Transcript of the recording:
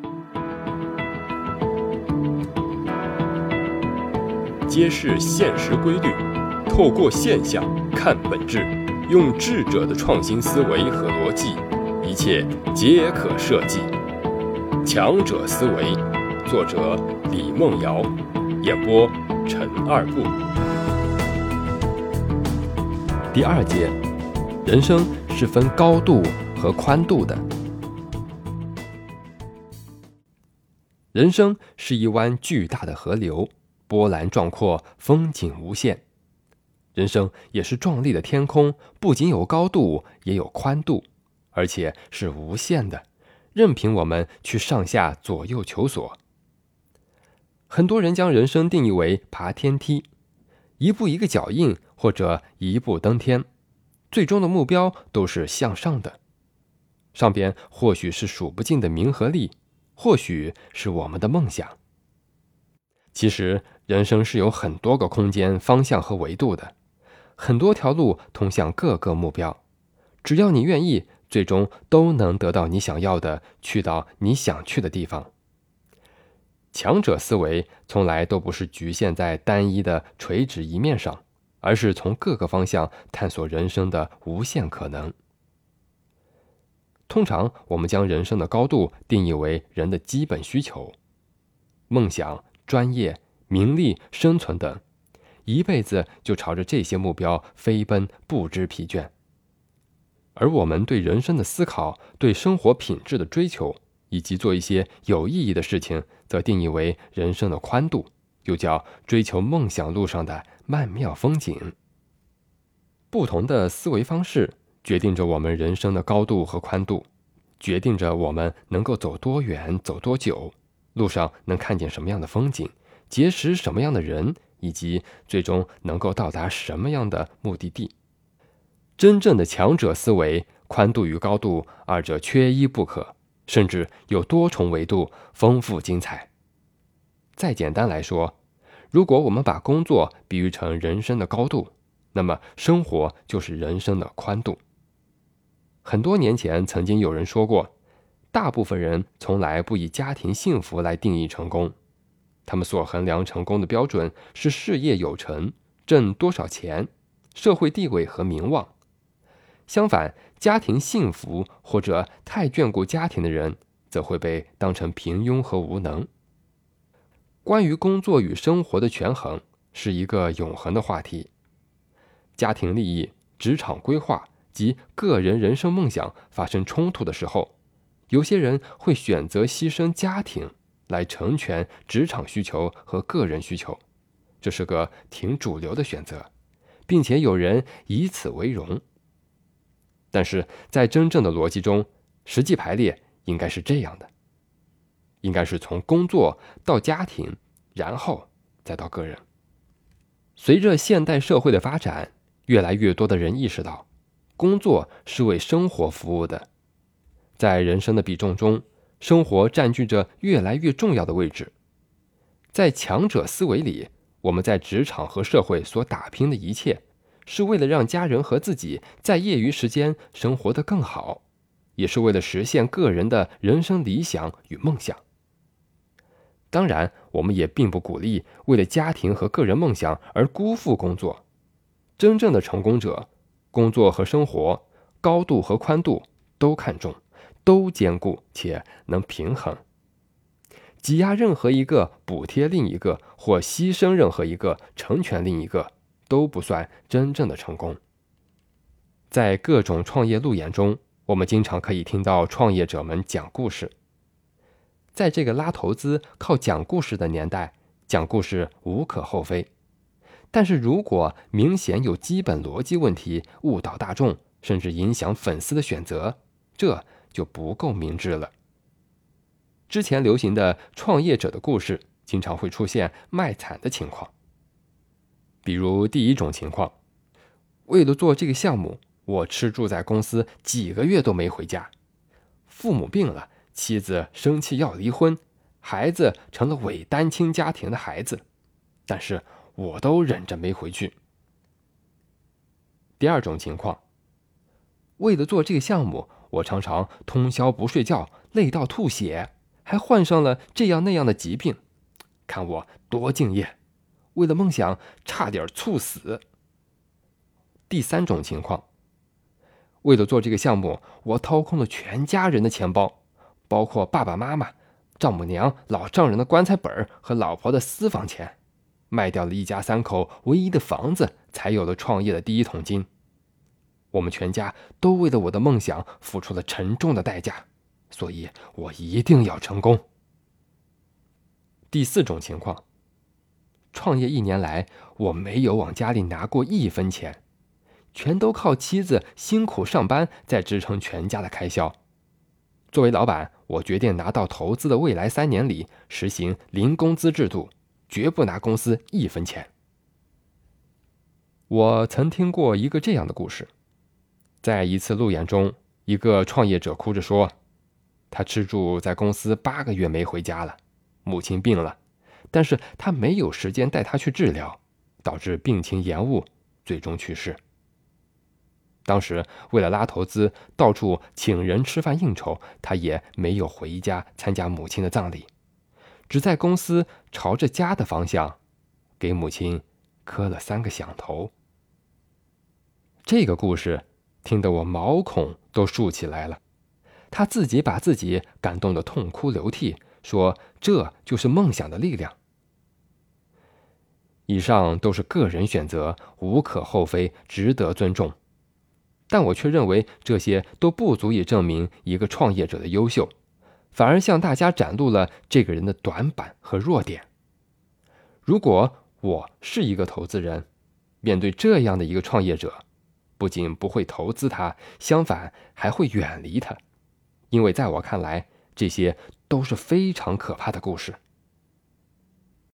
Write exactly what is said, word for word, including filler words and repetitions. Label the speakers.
Speaker 1: 揭示现实规律，透过现象看本质，用智者的创新思维和逻辑，一切皆可设计。强者思维，作者李梦瑶，演播陈二步。
Speaker 2: 第二节，人生是分高度和宽度的。人生是一湾巨大的河流，波澜壮阔，风景无限。人生也是壮丽的天空，不仅有高度，也有宽度，而且是无限的，任凭我们去上下左右求索。很多人将人生定义为爬天梯，一步一个脚印，或者一步登天，最终的目标都是向上的。上边或许是数不尽的名和利，或许是我们的梦想。其实人生是有很多个空间、方向和维度的，很多条路通向各个目标，只要你愿意，最终都能得到你想要的，去到你想去的地方。强者思维从来都不是局限在单一的垂直一面上，而是从各个方向探索人生的无限可能。通常我们将人生的高度定义为人的基本需求，梦想、专业、名利、生存等，一辈子就朝着这些目标飞奔，不知疲倦。而我们对人生的思考，对生活品质的追求，以及做一些有意义的事情，则定义为人生的宽度，又叫追求梦想路上的曼妙风景。不同的思维方式决定着我们人生的高度和宽度，决定着我们能够走多远，走多久，路上能看见什么样的风景，结识什么样的人，以及最终能够到达什么样的目的地。真正的强者思维，宽度与高度二者缺一不可，甚至有多重维度，丰富精彩。再简单来说，如果我们把工作比喻成人生的高度，那么生活就是人生的宽度。很多年前曾经有人说过，大部分人从来不以家庭幸福来定义成功，他们所衡量成功的标准是事业有成、挣多少钱、社会地位和名望。相反，家庭幸福或者太眷顾家庭的人，则会被当成平庸和无能。关于工作与生活的权衡，是一个永恒的话题。家庭利益、职场规划及个人人生梦想发生冲突的时候，有些人会选择牺牲家庭来成全职场需求和个人需求，这是个挺主流的选择，并且有人以此为荣。但是在真正的逻辑中，实际排列应该是这样的，应该是从工作到家庭，然后再到个人。随着现代社会的发展，越来越多的人意识到，工作是为生活服务的。在人生的比重中，生活占据着越来越重要的位置。在强者思维里，我们在职场和社会所打拼的一切，是为了让家人和自己在业余时间生活得更好，也是为了实现个人的人生理想与梦想。当然，我们也并不鼓励为了家庭和个人梦想而辜负工作。真正的成功者，工作和生活、高度和宽度都看重，都兼顾且能平衡。挤压任何一个，补贴另一个，或牺牲任何一个，成全另一个，都不算真正的成功。在各种创业路演中，我们经常可以听到创业者们讲故事。在这个拉投资靠讲故事的年代，讲故事无可厚非。但是如果明显有基本逻辑问题，误导大众，甚至影响粉丝的选择，这就不够明智了。之前流行的创业者的故事，经常会出现卖惨的情况。比如第一种情况，为了做这个项目，我吃住在公司几个月都没回家，父母病了，妻子生气要离婚，孩子成了伪单亲家庭的孩子，但是我都忍着没回去。第二种情况，为了做这个项目，我常常通宵不睡觉，累到吐血， 还患上了这样那样的疾病，看我多敬业，为了梦想差点猝死。第三种情况，为了做这个项目，我掏空了全家人的钱包，包括爸爸妈妈、丈母娘、老丈人的棺材本和老婆的私房钱，卖掉了一家三口唯一的房子，才有了创业的第一桶金。我们全家都为了我的梦想付出了沉重的代价，所以我一定要成功。第四种情况，创业一年来，我没有往家里拿过一分钱，全都靠妻子辛苦上班在支撑全家的开销。作为老板，我决定拿到投资的未来三年里实行零工资制度，绝不拿公司一分钱。我曾听过一个这样的故事，在一次路演中，一个创业者哭着说，他吃住在公司八个月没回家了，母亲病了，但是他没有时间带她去治疗，导致病情延误，最终去世。当时为了拉投资，到处请人吃饭应酬，他也没有回家参加母亲的葬礼，只在公司朝着家的方向给母亲磕了三个响头。这个故事听得我毛孔都竖起来了，他自己把自己感动得痛哭流涕，说这就是梦想的力量。以上都是个人选择，无可厚非，值得尊重，但我却认为这些都不足以证明一个创业者的优秀，反而向大家展露了这个人的短板和弱点。如果我是一个投资人，面对这样的一个创业者，不仅不会投资他，相反还会远离他，因为在我看来，这些都是非常可怕的故事。